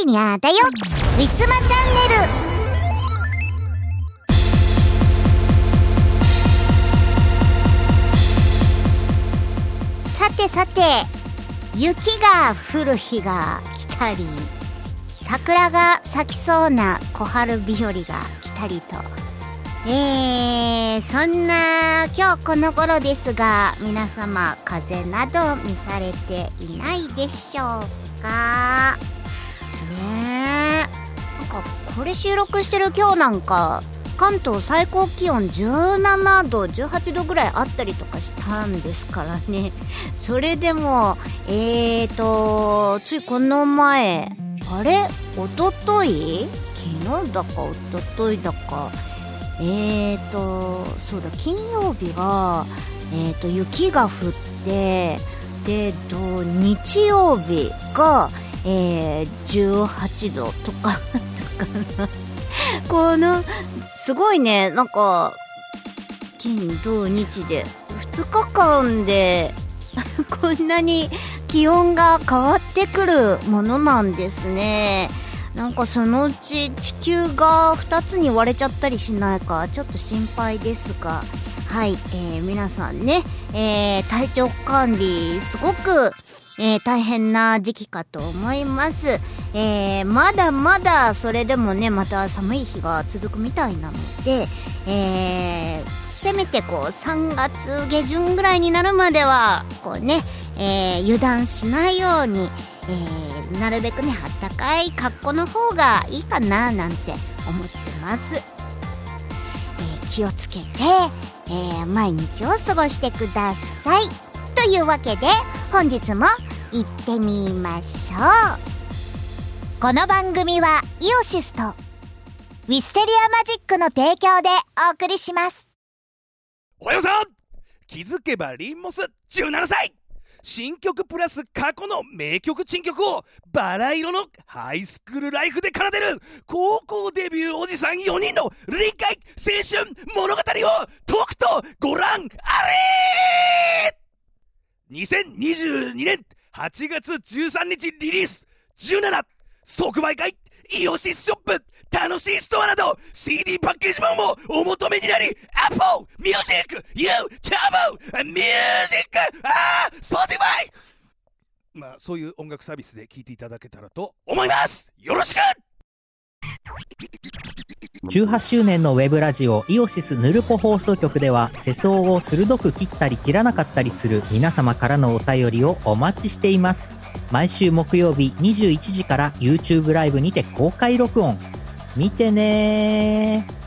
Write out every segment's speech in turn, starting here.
りにゃだよ、ウィスマチャンネル。さて雪が降る日が来たり、桜が咲きそうな小春日和が来たりと、そんな今日この頃ですが、皆様風邪など召されていないでしょうかね。なんかこれ収録してる今日なんか関東最高気温17度18度ぐらいあったりとかしたんですからね。それでもついこの前、あれおととい昨日だかおとといだかそうだ、金曜日が雪が降って、で日曜日が18度とかだからこのすごいね、なんか金土日で2日間でこんなに気温が変わってくるものなんですね。なんかそのうち地球が2つに割れちゃったりしないかちょっと心配ですが、はい、皆さんね、体調管理すごく、大変な時期かと思います。まだまだそれでもね、また寒い日が続くみたいなので、せめてこう3月下旬ぐらいになるまではこうね、油断しないように、なるべくねあったかい格好の方がいいかななんて思ってます。気をつけて、毎日を過ごしてください。というわけで本日も行ってみましょう。この番組はイオシスとウィステリアマジックの提供でお送りします。 おはようさん、気づけばリンモス17歳、新曲プラス過去の名曲珍曲をバラ色のハイスクールライフで奏でる高校デビューおじさん4人の臨海青春物語をとくとご覧あれー。2022年8月13日リリース、17即売会イオシスショップ楽しいストアなど CD パッケージ版もお求めになり、 Apple Music、 YouTube Music、 Spotify、 そういう音楽サービスで聴いていただけたらと思います。よろしく。 18周年のウェブラジオイオシスヌルポ放送局では、世相を鋭く切ったり切らなかったりする皆様からのお便りをお待ちしています。毎週木曜日21時から YouTube ライブにて公開録音。見てねー。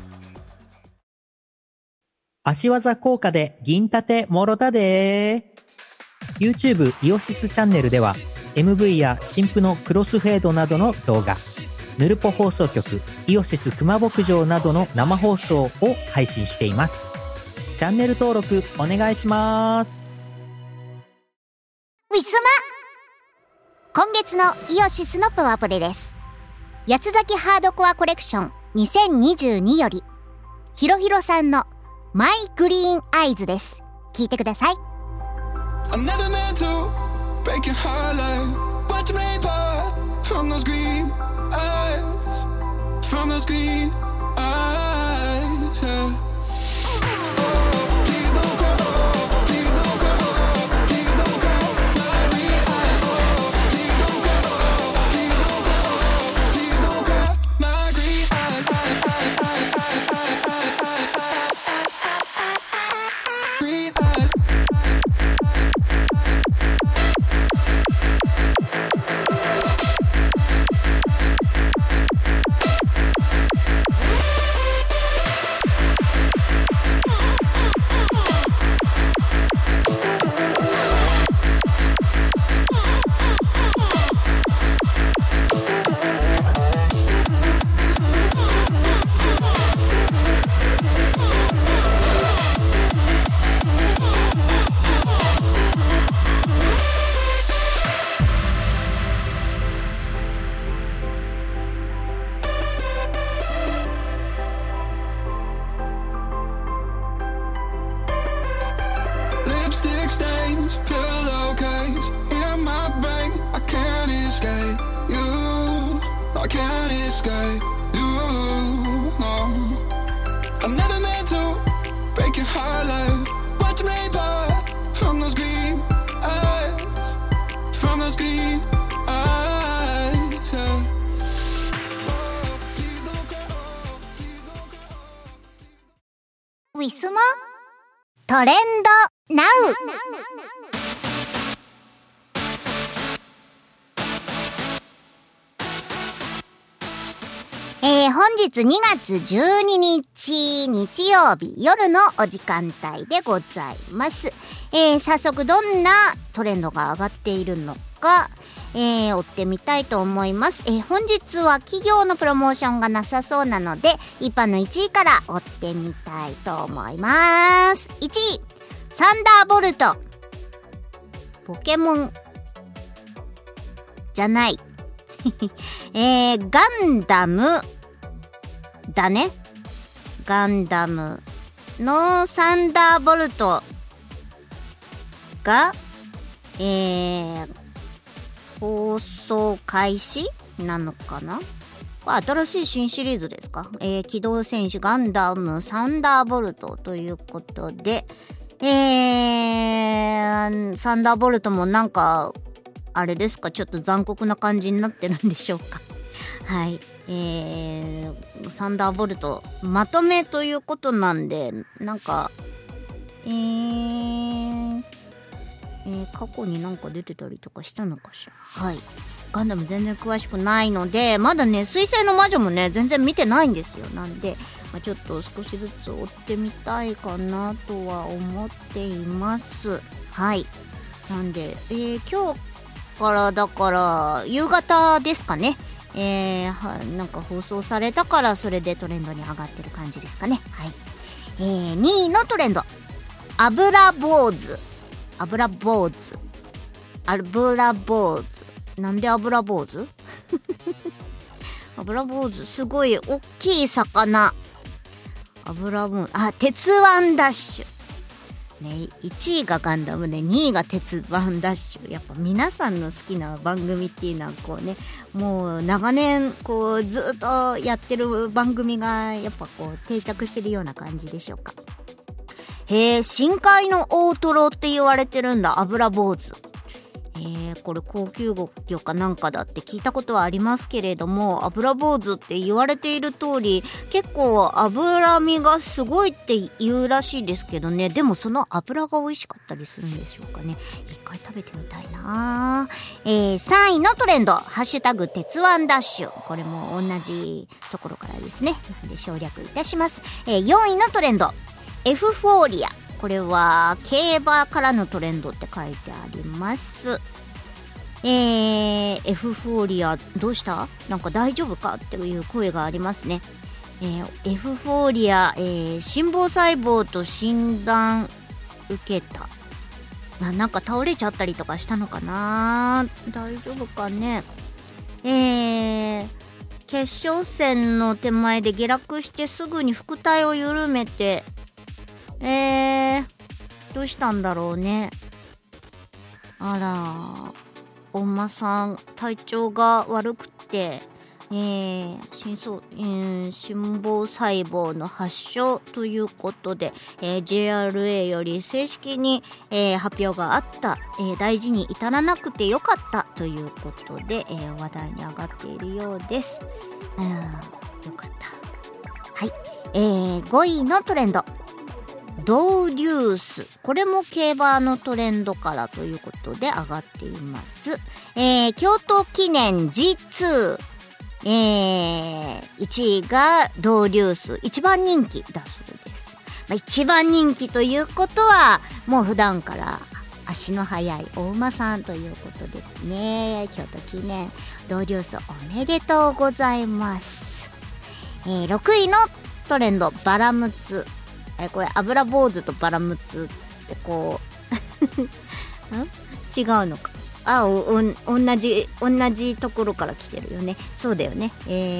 足技効果で銀盾もろたでー。 YouTube イオシスチャンネルでは MV や新譜のクロスフェードなどの動画、ヌルポ放送局、イオシス熊牧場などの生放送を配信しています。チャンネル登録お願いします。 ウィスマ、今月のイオシスのパワープレです。八つ咲きハードコアコレクション2022よりひろひろさんのマイグリーンアイズです。聞いてください。 I'm never meant to break your heart like watch me part from those green eyes, from those green eyes, yeah. Please don't go, please don't go, please don't go, my green eyes. Please don't go, please don't go, please don't go, my green eyes. Green eyes. ウィスマトレンドナウ。本日2月12日日曜日夜のお時間帯でございます。早速どんなトレンドが上がっているのか、追ってみたいと思います。本日は企業のプロモーションがなさそうなので、一般の1位から追ってみたいと思います。1位、サンダーボルト。ポケモンじゃない。ガンダムだね。ガンダムのサンダーボルトが、放送開始なのかな。これ新しい新シリーズですか。機動戦士ガンダムサンダーボルトということで、サンダーボルトもなんかあれですか、ちょっと残酷な感じになってるんでしょうか。はい、サンダーボルトまとめということなんで、なんか過去になんか出てたりとかしたのかしら。はい、ガンダム全然詳しくないので、まだね水星の魔女もね全然見てないんですよ。なんで、ちょっと少しずつ追ってみたいかなとは思っています。はい、なんで、今日からだから夕方ですかね。なんか放送されたから、それでトレンドに上がってる感じですかね。はい、2位のトレンド、油坊主。油坊主、油坊主、なんで油坊主油坊主、すごい大きい魚。油坊主、鉄腕ダッシュね。1位がガンダムで2位が鉄腕ダッシュ。やっぱ皆さんの好きな番組っていうのはこうね、もう長年こうずっとやってる番組がやっぱこう定着してるような感じでしょうか。深海の大トロって言われてるんだ、油坊主。これ高級魚かなんかだって聞いたことはありますけれども、油坊主って言われている通り結構脂身がすごいって言うらしいですけどね。でもその油が美味しかったりするんでしょうかね。一回食べてみたいな。3位のトレンド、ハッシュタグ鉄腕ダッシュ。これも同じところからですね。なんで省略いたします。4位のトレンド、エフフォーリア。これは競馬からのトレンドって書いてあります。エフフォーリアどうした？なんか大丈夫かっていう声がありますね。エフフォーリア、心房細胞と診断受けた。なんか倒れちゃったりとかしたのかな。大丈夫かね。決勝戦の手前で下落してすぐに腹帯を緩めて、どうしたんだろうね。あら、お馬さん体調が悪くて、心房細胞の発症ということで、JRA より正式に、発表があった、大事に至らなくてよかったということで、話題に上がっているようです。よかった。はい、5位のトレンド、ドウデュース。これも競馬のトレンドからということで上がっています。京都記念 G2、1位がドウデュース、一番人気だそうです。一番人気ということはもう普段から足の速いお馬さんということですね。京都記念ドウデュースおめでとうございます。6位のトレンド、バラムツ。これ油坊主とバラムツってこう違うのか。同じところから来てるよね。そうだよね。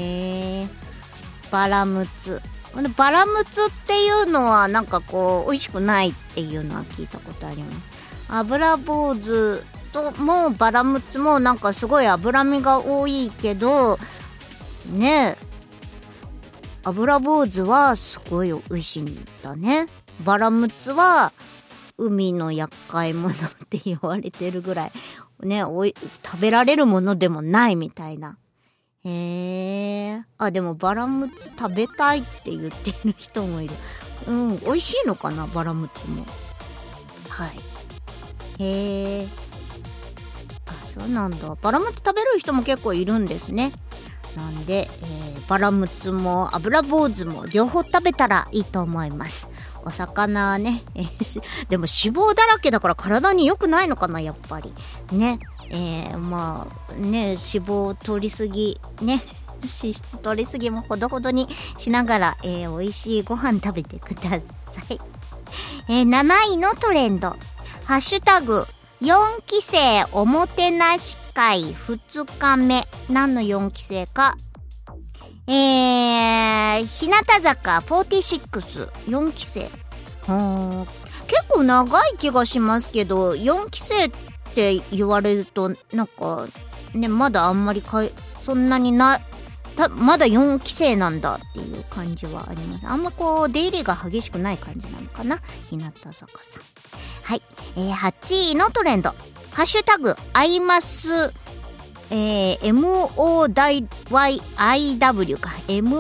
バラムツ。バラムツっていうのはなんかこう美味しくないっていうのは聞いたことあります。油坊主ともバラムツもなんかすごい脂身が多いけどね、油坊主はすごい美味しいんだね。バラムツは海の厄介者って言われてるぐらいね、食べられるものでもないみたいな。でもバラムツ食べたいって言ってる人もいる。 美味しいのかな、バラムツも。はい。へえ。あ、そうなんだ。バラムツ食べる人も結構いるんですね。なんで、バラムツも油坊主も両方食べたらいいと思います。お魚ね、でも脂肪だらけだから体に良くないのかな、やっぱりね。まあね、脂肪取りすぎね、脂質取りすぎもほどほどにしながら、美味しいご飯食べてください。7位のトレンド、ハッシュタグ4期生おもてなし会2日目。何の4期生か、日向坂46、4期生。結構長い気がしますけど、4期生って言われるとなんかね、まだあんまりそんなにまだ4期生なんだっていう感じはあります。あんまこう出入りが激しくない感じなのかな、日向坂さん。はい、8位のトレンド、ハッシュタグアイマス、MOYIW か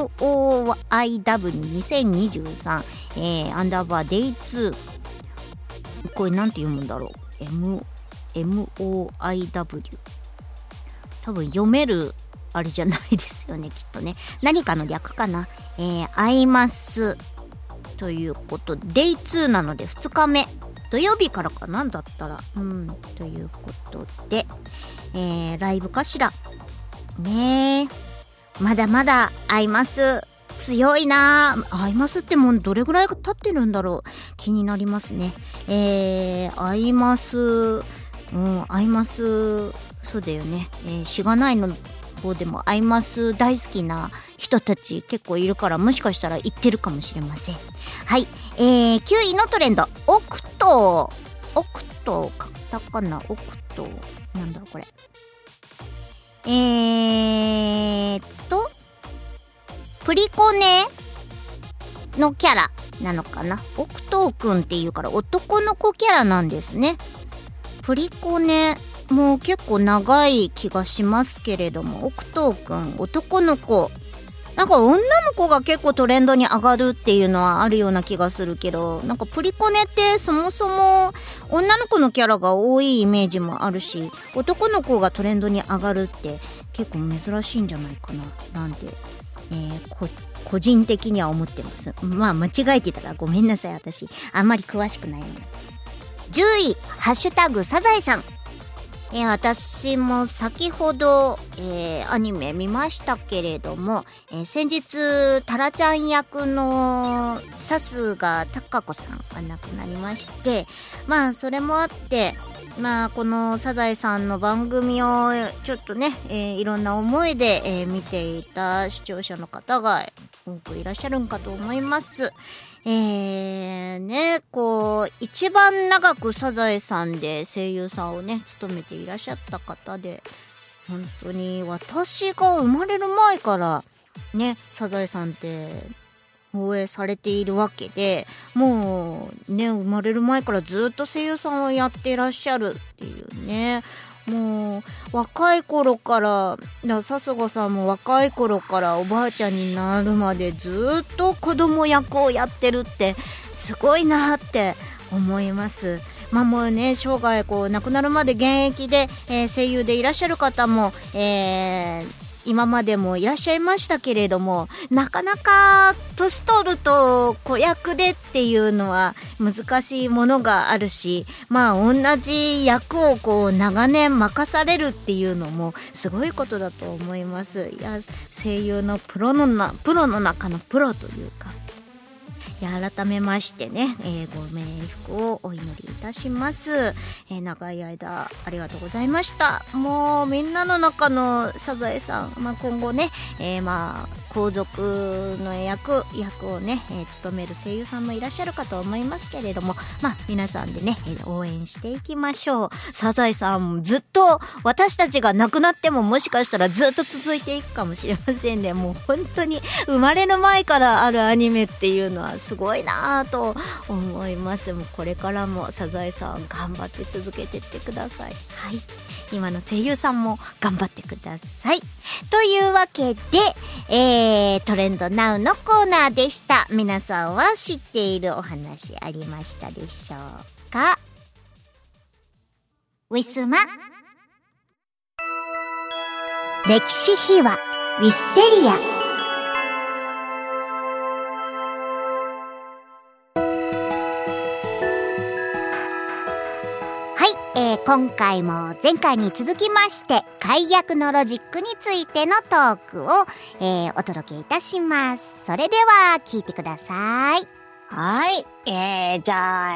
MOYW2023、アンダーバーデイ2。これなんて読むんだろう。MOYW 多分読めるあれじゃないですよね、きっとね。何かの略かな。アイマスということで、デイ2なので2日目。土曜日からかな、だったら。ということで、ライブかしら。ねえ。まだまだアイマス強いな。アイマスってもうどれぐらい経ってるんだろう。気になりますね。アイマス、アイマス、そうだよね。しがないの方でもアイマス大好きな人たち結構いるから、もしかしたら言ってるかもしれません。はい、9位のトレンド、オクトー、カタカナオクトー、なんだろうこれ。プリコネのキャラなのかな。オクトーくんっていうから男の子キャラなんですね。プリコネもう結構長い気がしますけれども、オクトーくん男の子、なんか女の子が結構トレンドに上がるっていうのはあるような気がするけど、なんかプリコネってそもそも女の子のキャラが多いイメージもあるし、男の子がトレンドに上がるって結構珍しいんじゃないかななんて、個人的には思ってます。まあ間違えてたらごめんなさい、私あんまり詳しくないので。10位、ハッシュタグサザエさん。私も先ほど、アニメ見ましたけれども、先日タラちゃん役のさすがたかこさんが亡くなりまして、まあそれもあって、まあこのサザエさんの番組をちょっとね、いろんな思いで、見ていた視聴者の方が多くいらっしゃるんかと思います。こう一番長くサザエさんで声優さんをね務めていらっしゃった方で、本当に私が生まれる前からねサザエさんって放映されているわけで、もうね生まれる前からずっと声優さんをやっていらっしゃるっていうね。もう若い頃からさすがさんも若い頃からおばあちゃんになるまでずっと子供役をやってるってすごいなって思います。まあもうね生涯こう亡くなるまで現役で、声優でいらっしゃる方も、今までもいらっしゃいましたけれども、なかなか年取ると子役でっていうのは難しいものがあるし、まあ同じ役をこう長年任されるっていうのもすごいことだと思います。いや声優のプロの中のプロというか、いや改めましてね、ご冥福をお祈りいたします。長い間ありがとうございました。もうみんなの中のサザエさん、まあ、今後ね、まあ皇族の役をね、務める声優さんもいらっしゃるかと思いますけれども、まあ皆さんでね、応援していきましょう。サザエさんずっと私たちが亡くなってももしかしたらずっと続いていくかもしれませんね。もう本当に生まれる前からあるアニメっていうのはすごいなと思います。もうこれからもサザエさん頑張って続けてってください。はい、今の声優さんも頑張ってください。というわけで、 トレンドナウのコーナーでした。皆さんは知っているお話ありましたでしょうか。ウィスマ歴史秘話ウィステリア。今回も前回に続きまして解約のロジックについてのトークを、お届けいたします。それでは聞いてください。 はい、じゃあ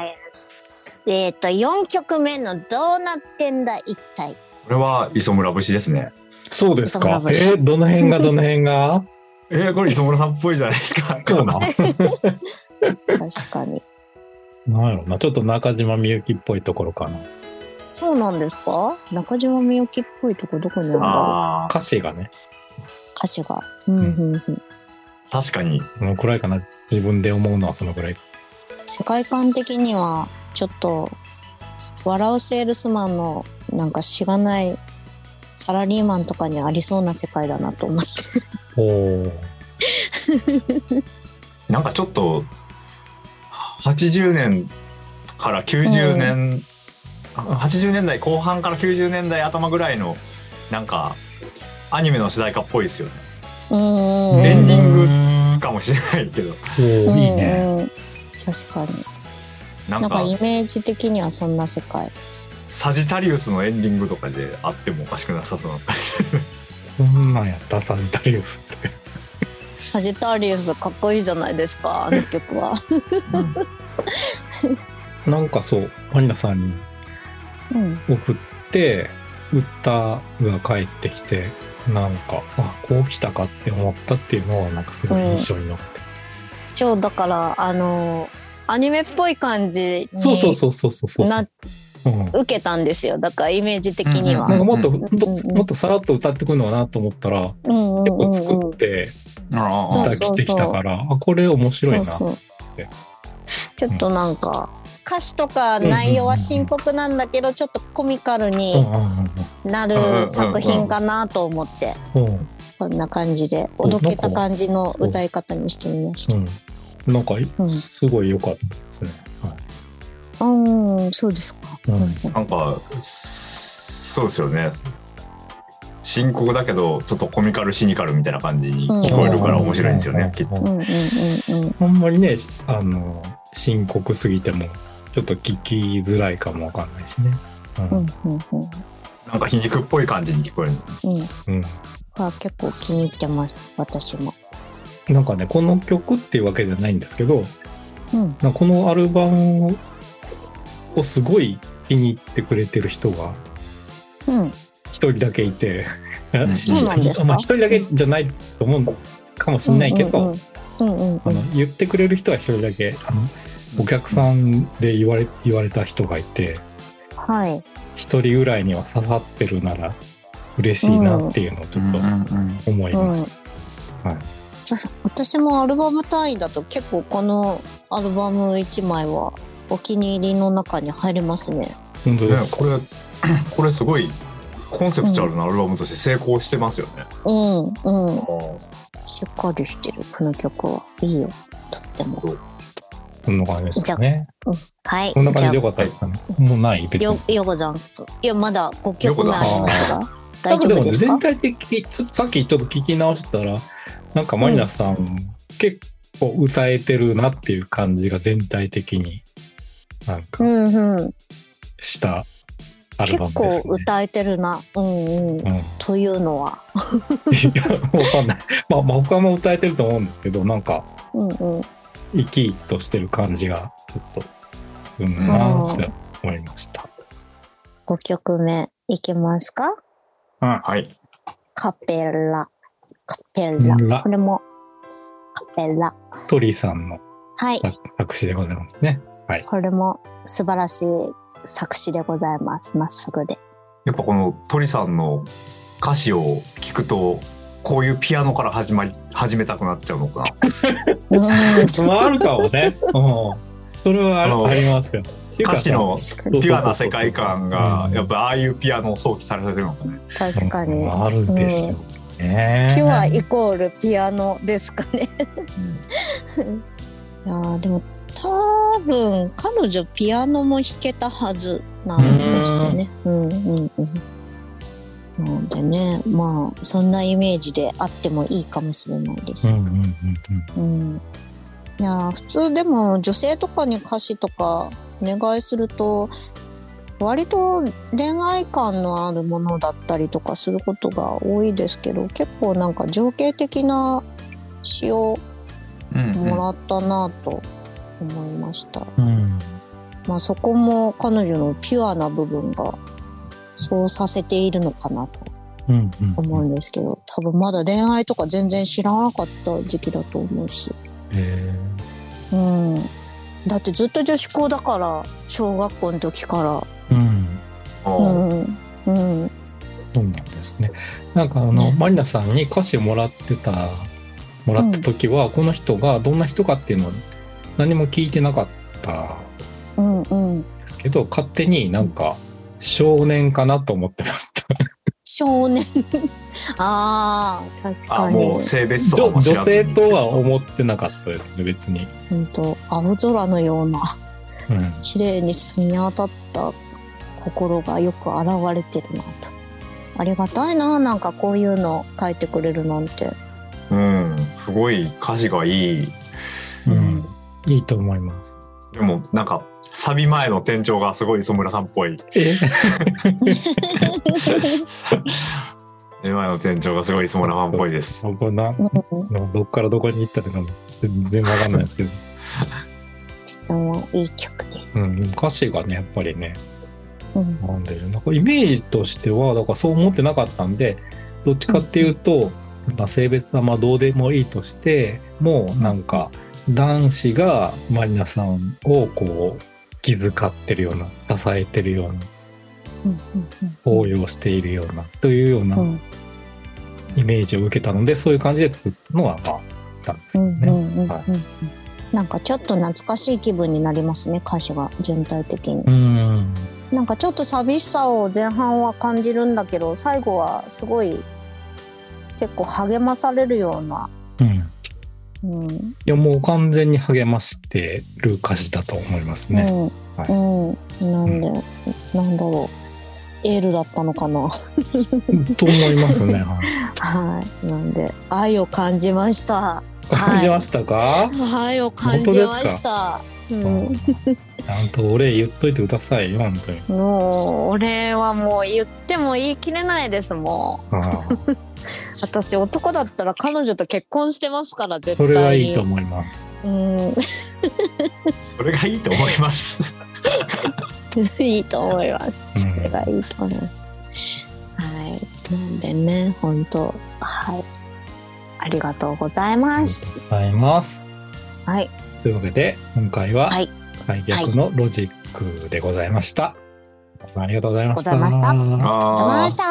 4曲目のどうなってんだ一体。 これは磯村節ですね。 そうですか。 磯村節どの辺がどの辺がこれ磯村さんっぽいじゃないですか。 そうな確かに。 なんやろな、ちょっと中島みゆきっぽいところかな。 そうなんですか。中島みゆきっぽいとこどこにあるんだろう。 歌詞がね、 歌詞が、 確かにこのくらいかな。自分で思うのはそのぐらい。 世界観的にはちょっと笑うセールスマンのなんかしがないサラリーマンとかにありそうな世界だなと思って。 おなんかちょっと80年から90年、80年代後半から90年代頭ぐらいのなんかアニメの主題歌っぽいですよね。エンディングかもしれないけど。 いいね。 確かに。 ななんかイメージ的にはそんな世界。 サジタリウスのエンディングとかであってもおかしくなさそうな感じ。 こんなんやったサジタリウスって。 サジタリウスかっこいいじゃないですか、あの曲は。 なんかそう、マリナさんに送って歌が返ってきて、なんかこう来たかって思ったっていうのはなんかすごい印象に残って、 超だからアニメっぽい感じにそう受けたんですよ。だからイメージ的には、 なんかもっとさらっと歌ってくるのかなと思ったら、結構作って歌来てきたから、これ面白いなって。 ちょっとなんか歌詞とか内容は深刻なんだけど、ちょっとコミカルになる作品かなと思って、こんな感じでおどけた感じの歌い方にしてみました。 なんかすごい良かったですね。 そうですか。 なんかそうですよね。深刻だけどちょっとコミカルシニカルみたいな感じに聞こえるから面白いんですよね、きっと。 あんまりね、深刻すぎてもちょっと聞きづらいかもわかんないしね。 なんか皮肉っぽい感じに聞こえる。 結構気に入ってます、私も。 なんかね、この曲っていうわけじゃないんですけど、なんかこのアルバムをすごい気に入ってくれてる人が一人だけいて、 そうなんですか。 一人だけじゃないと思うかもしれないけど、言ってくれる人は一人だけお客さんで言われた人がいて、一人ぐらいには刺さってるなら嬉しいなっていうのをちょっと思いました。 私もアルバム単位だと結構このアルバム1枚はお気に入りの中に入りますね。 本当ですか。 これすごいコンセプチュアルなアルバムとして成功してますよね。しっかりしてる、この曲はいいよ、とっても。 こんな感じですかね。 はい。 こんな感じでよかったですかね。もうない別に。 ヨコさん、いやまだ5曲目ありますが、大丈夫ですか。 全体的さっきちょっと聞き直したら、なんかマリナさん、結構歌えてるなっていう感じが全体的になんかしたアルバムですね。 結構歌えてるな、というのはいやわかんない。まあ他も歌えてると思うんですけど、なんか生き生きとしてる感じがちょっとなって思いました。 5曲目いけますか。 はい。 カペラ。これもカペラ。 トリさんの作詞でございますね。はい。 これも素晴らしい作詞でございます。まっすぐで。 やっぱこのトリさんの歌詞を聞くと、こういうピアノから始めたくなっちゃうのかな。 あるかもね。それはありますよ。 歌詞のピュアな世界観がやっぱああいうピアノを想起されてるのかね。 確かに。 あるんですよ。 ピュアイコールピアノですかね。いやでも多分彼女ピアノも弾けたはずなんですよね。なのでね、まあそんなイメージであってもいいかもしれないです。いや普通でも女性とかに歌詞とかお願いすると割と恋愛感のあるものだったりとかすることが多いですけど、結構なんか情景的な詩をもらったなと思いました。まあそこも彼女のピュアな部分がそうさせているのかなと思うんですけど、多分まだ恋愛とか全然知らなかった時期だと思うし。だってずっと女子校だから、小学校の時から。 そうなんですね。なんかマリナさんに歌詞をもらった時は、この人がどんな人かっていうのを何も聞いてなかったんですけど、勝手になんか少年かなと思ってました。 少年確かに。 もう性別とかも知らずに女性とは思ってなかったですね、別に。 本当青空のような、綺麗に澄み渡った心がよく現れてるなと。ありがたいな、なんかこういうの書いてくれるなんて。 すごい歌詞がいい。 いいと思います。 でもなんかサビ前の転調がすごい磯村さんっぽい。前の転調がすごい磯村さんっぽいです。 どっからどこに行ったのか全然わかんないですけど。 とてもいい曲です。 歌詞がねやっぱりね、なんでなんかイメージとしてはだからそう思ってなかったんで、どっちかっていうと、性別はまあどうでもいいとしてもうなんか男子がマリナさんをこう気遣ってるような、支えてるような、抱擁しているようなというようなイメージを受けたので、そういう感じで作ったのはまあたんですよね。 なんかちょっと懐かしい気分になりますね、歌詞が全体的に。なんかちょっと寂しさを前半は感じるんだけど、最後はすごい結構励まされるような。いやもう完全に励ましてる歌詞だと思いますね。 なんだろう、エールだったのかなと思いますね。 なんで愛を感じました。 感じましたか？ 愛を感じました。 ちゃんとお礼言っといてくださいよ、本当に。 もうお礼はもう言っても言い切れないですもん。私男だったら彼女と結婚してますから、絶対に。 それはいいと思います。 それがいいと思います。 いいと思います。それがいいと思います。なんでね、本当ありがとうございます。 ありがとうございます。というわけで今回は解逆のロジックでございました。ありがとうございました。 ありがとうございました。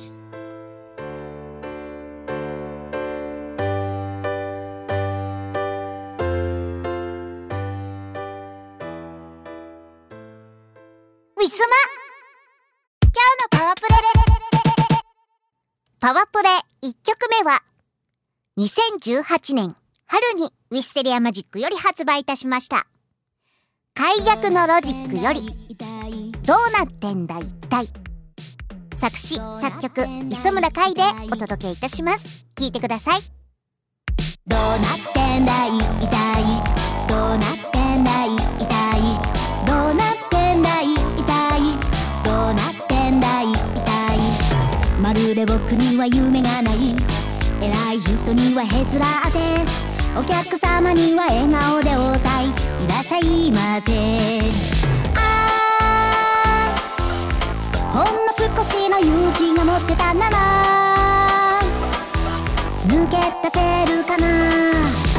ウィスマ今日のパワプレ1曲目は2018年春にウィステリアマジックより発売いたしました解逆のロジックよりどうなってんだ一体。作詞作曲磯村海でお届けいたします。聴いてください。 どうなってんだい一体、どうなってんだい一体、どうなってんだい一体、どうなってんだい一体。まるで僕には夢がない、偉い人にはへつらって、お客様には笑顔で応対、いらっしゃいませ。ほんの少しの勇気が持ってたなら抜け出せるかな。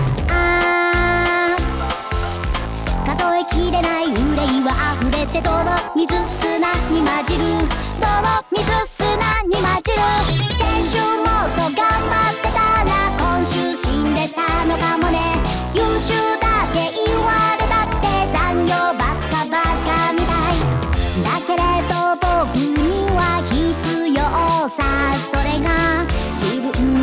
数えきれない憂いは溢れて泥水砂に混じる、泥水砂に混じる。先週もっと頑張ってたら今週死んでたのかもね。優秀だけ言われたって残業ばっかばっかみたいだけれど、僕には必要さ、それが自分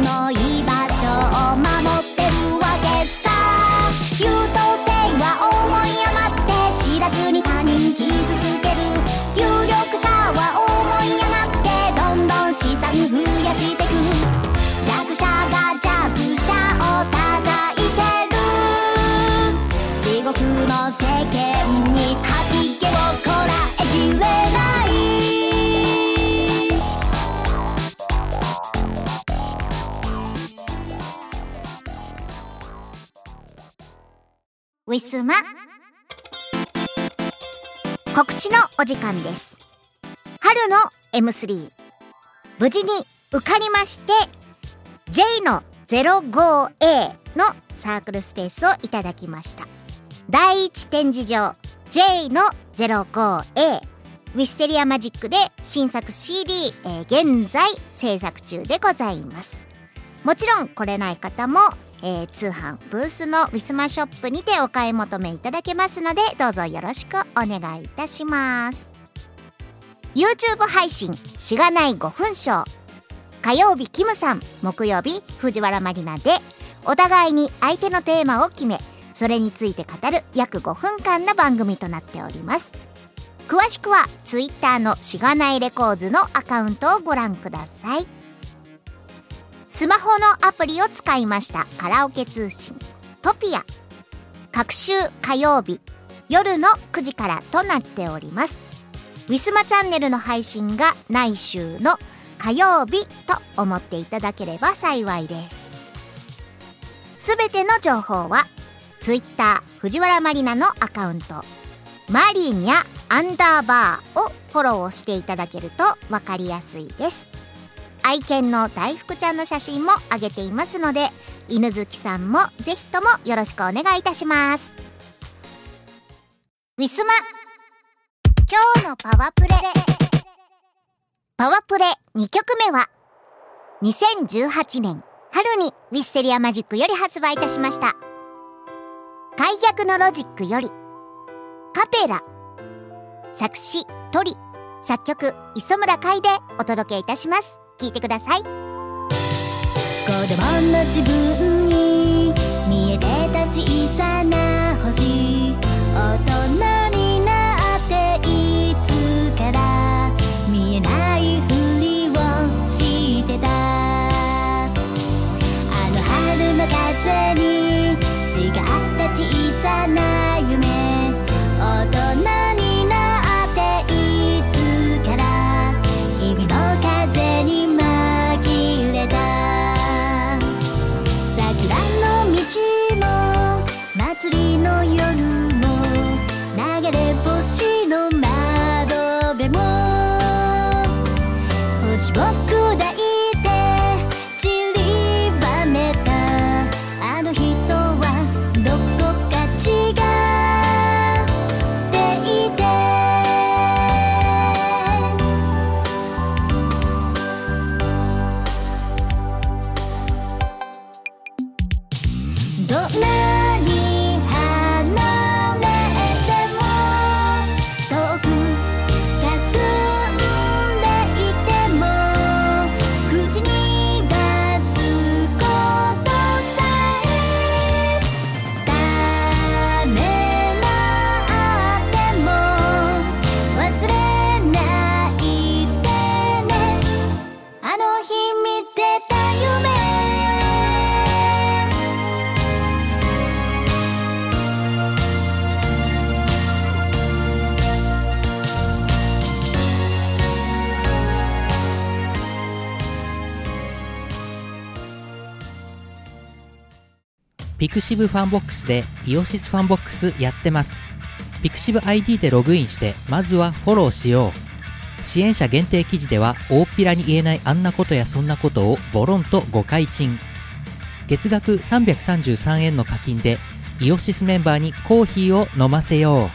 ウィスマ告知のお時間です。春の M3 無事に受かりまして J の 05A のサークルスペースをいただきました。第一展示場 J の 05A ウィステリアマジックで新作 CD、現在制作中でございます。もちろん来れない方も、通販ブースのウィスマショップにてお買い求めいただけますので、どうぞよろしくお願いいたします。 YouTube 配信しがない5分ショー、火曜日キムさん、木曜日藤原まりなでお互いに相手のテーマを決め、それについて語る約5分間の番組となっております。詳しくは Twitter のしがないレコーズのアカウントをご覧ください。スマホのアプリを使いましたカラオケ通信トピア、各週火曜日夜の9時からとなっております。ウィスマチャンネルの配信が来週の火曜日と思っていただければ幸いです。すべての情報は Twitter 藤原まりなのアカウントマリニャ_をフォローしていただけると分かりやすいです。愛犬の大福ちゃんの写真も上げていますので、犬好きさんもぜひともよろしくお願いいたします。ウィスマ今日のパワプレ2曲目は2018年春にウィステリアマジックより発売いたしました解約のロジックよりカペラ、作詞トリ、作曲磯村海でお届けいたします。聴いてください。 子供の自分に見えてた小さな星、大人になっていつから見えないふりをしてた。あの春の風に違った小さな夢、大人になっていつから日々の風に紛れた。桜の道も祭りの夜も流れ星の窓辺も星を砕いて散りばめた。あの人はどこか違うどんなに離れても遠く霞んでいても口に出すことさえダメなっても忘れないでね。あの日見てた夢ピクシブファンボックスでイオシスファンボックスやってます。ピクシブ ID でログインしてまずはフォローしよう。支援者限定記事では大っぴらに言えないあんなことやそんなことをボロンと誤解賃。月額333円の課金でイオシスメンバーにコーヒーを飲ませよ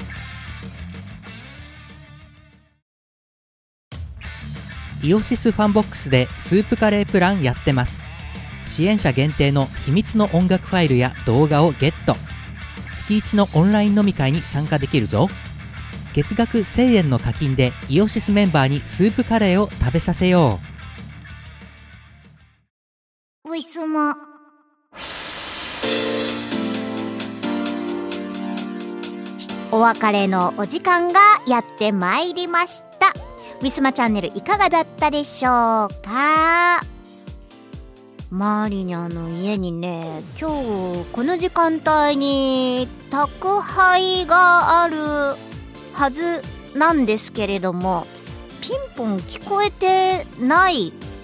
う。イオシスファンボックスでスープカレープランやってます。支援者限定の秘密の音楽ファイルや動画をゲット。月1のオンライン飲み会に参加できるぞ。月額1000円の課金でイオシスメンバーにスープカレーを食べさせよウィスマお別れのお時間がやってまいりました。ウィスマチャンネルいかがだったでしょうか。マリニャの家にね、今日この時間帯に宅配があるはずなんですけれども、ピンポン聞こえてない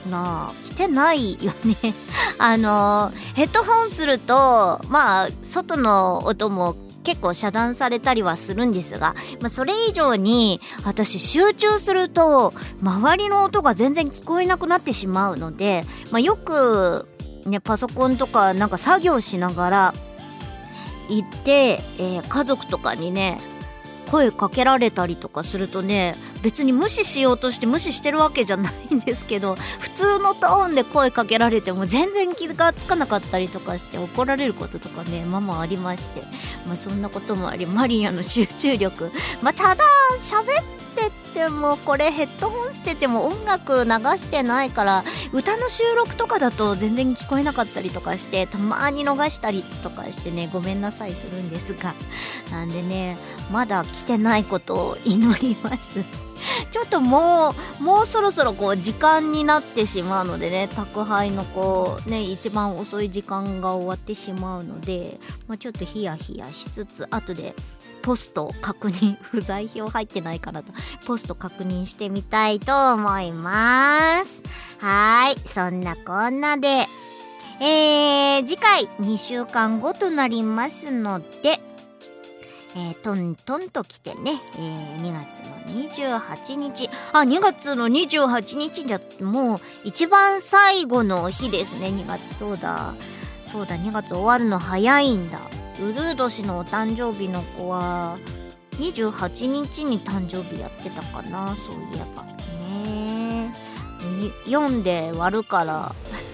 来てないよねヘッドホンするとまあ外の音も結構遮断されたりはするんですが、それ以上に私集中すると周りの音が全然聞こえなくなってしまうので、よくねパソコンとかなんか作業しながら行って、家族とかにね声かけられたりとかするとね、別に無視しようとして無視してるわけじゃないんですけど、普通のトーンで声かけられても全然気がつかなかったりとかして怒られることとかねありまして、そんなこともあり、マリアの集中力、ただ喋っててもこれヘッドホンしてても音楽流してないから歌の収録とかだと全然聞こえなかったりとかして、たまに逃したりとかしてねごめんなさいするんですが、なんでねまだ来てないことを祈りますちょっともうそろそろ時間になってしまうのでね、宅配の一番遅い時間が終わってしまうので、ちょっとヒヤヒヤしつつ後でポスト確認、不在票入ってないからとポスト確認してみたいと思います。はい、そんなこんなで、次回2週間後となりますので、トントンと来てね、2月の28日2月の28日じゃもう一番最後の日ですね。2月そうだ2月終わるの早いんだ。ウルー年のお誕生日の子は28日に誕生日やってたかな、そういえばね。4で割るから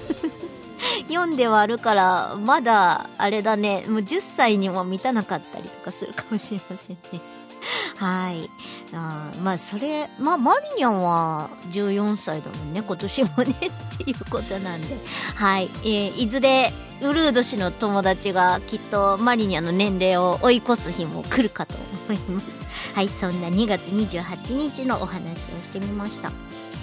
4で割るからまだあれだね、もう10歳にも満たなかったりとかするかもしれませんねはい、それマリニャンは14歳だもんね今年もねっていうことなんで、はい、いずれウルー年の友達がきっとマリニャンの年齢を追い越す日も来るかと思いますはい、そんな2月28日のお話をしてみました。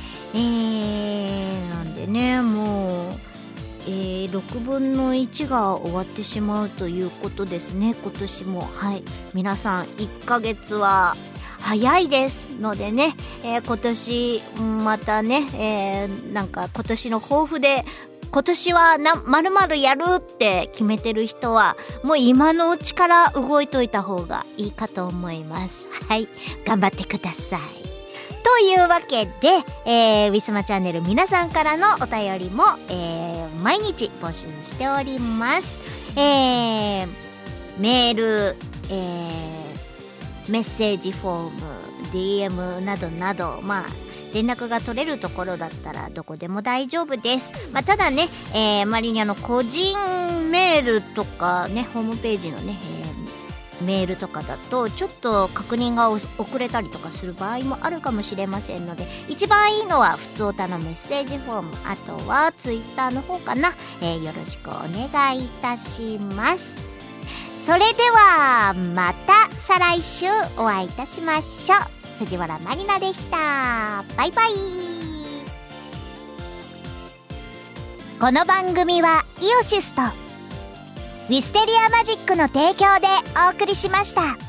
なんでねもう6分の1が終わってしまうということですね今年も。はい、皆さん1ヶ月は早いですのでね、今年またね、なんか今年の抱負で今年は〇〇やるって決めてる人はもう今のうちから動いといた方がいいかと思います。はい、頑張ってください。というわけで、ウィスマチャンネル皆さんからのお便りも、毎日募集しております。メール、メッセージフォーム、DM などなど、連絡が取れるところだったらどこでも大丈夫です。ただね、マリニャの個人メールとかね、ホームページのね、メールとかだとちょっと確認が遅れたりとかする場合もあるかもしれませんので、一番いいのは普通歌のメッセージフォーム、あとはツイッターの方かな、よろしくお願いいたします。それではまた再来週お会いいたしましょう。藤原まりなでした。バイバイ。この番組はイオシスとウィステリアマジックの提供でお送りしました。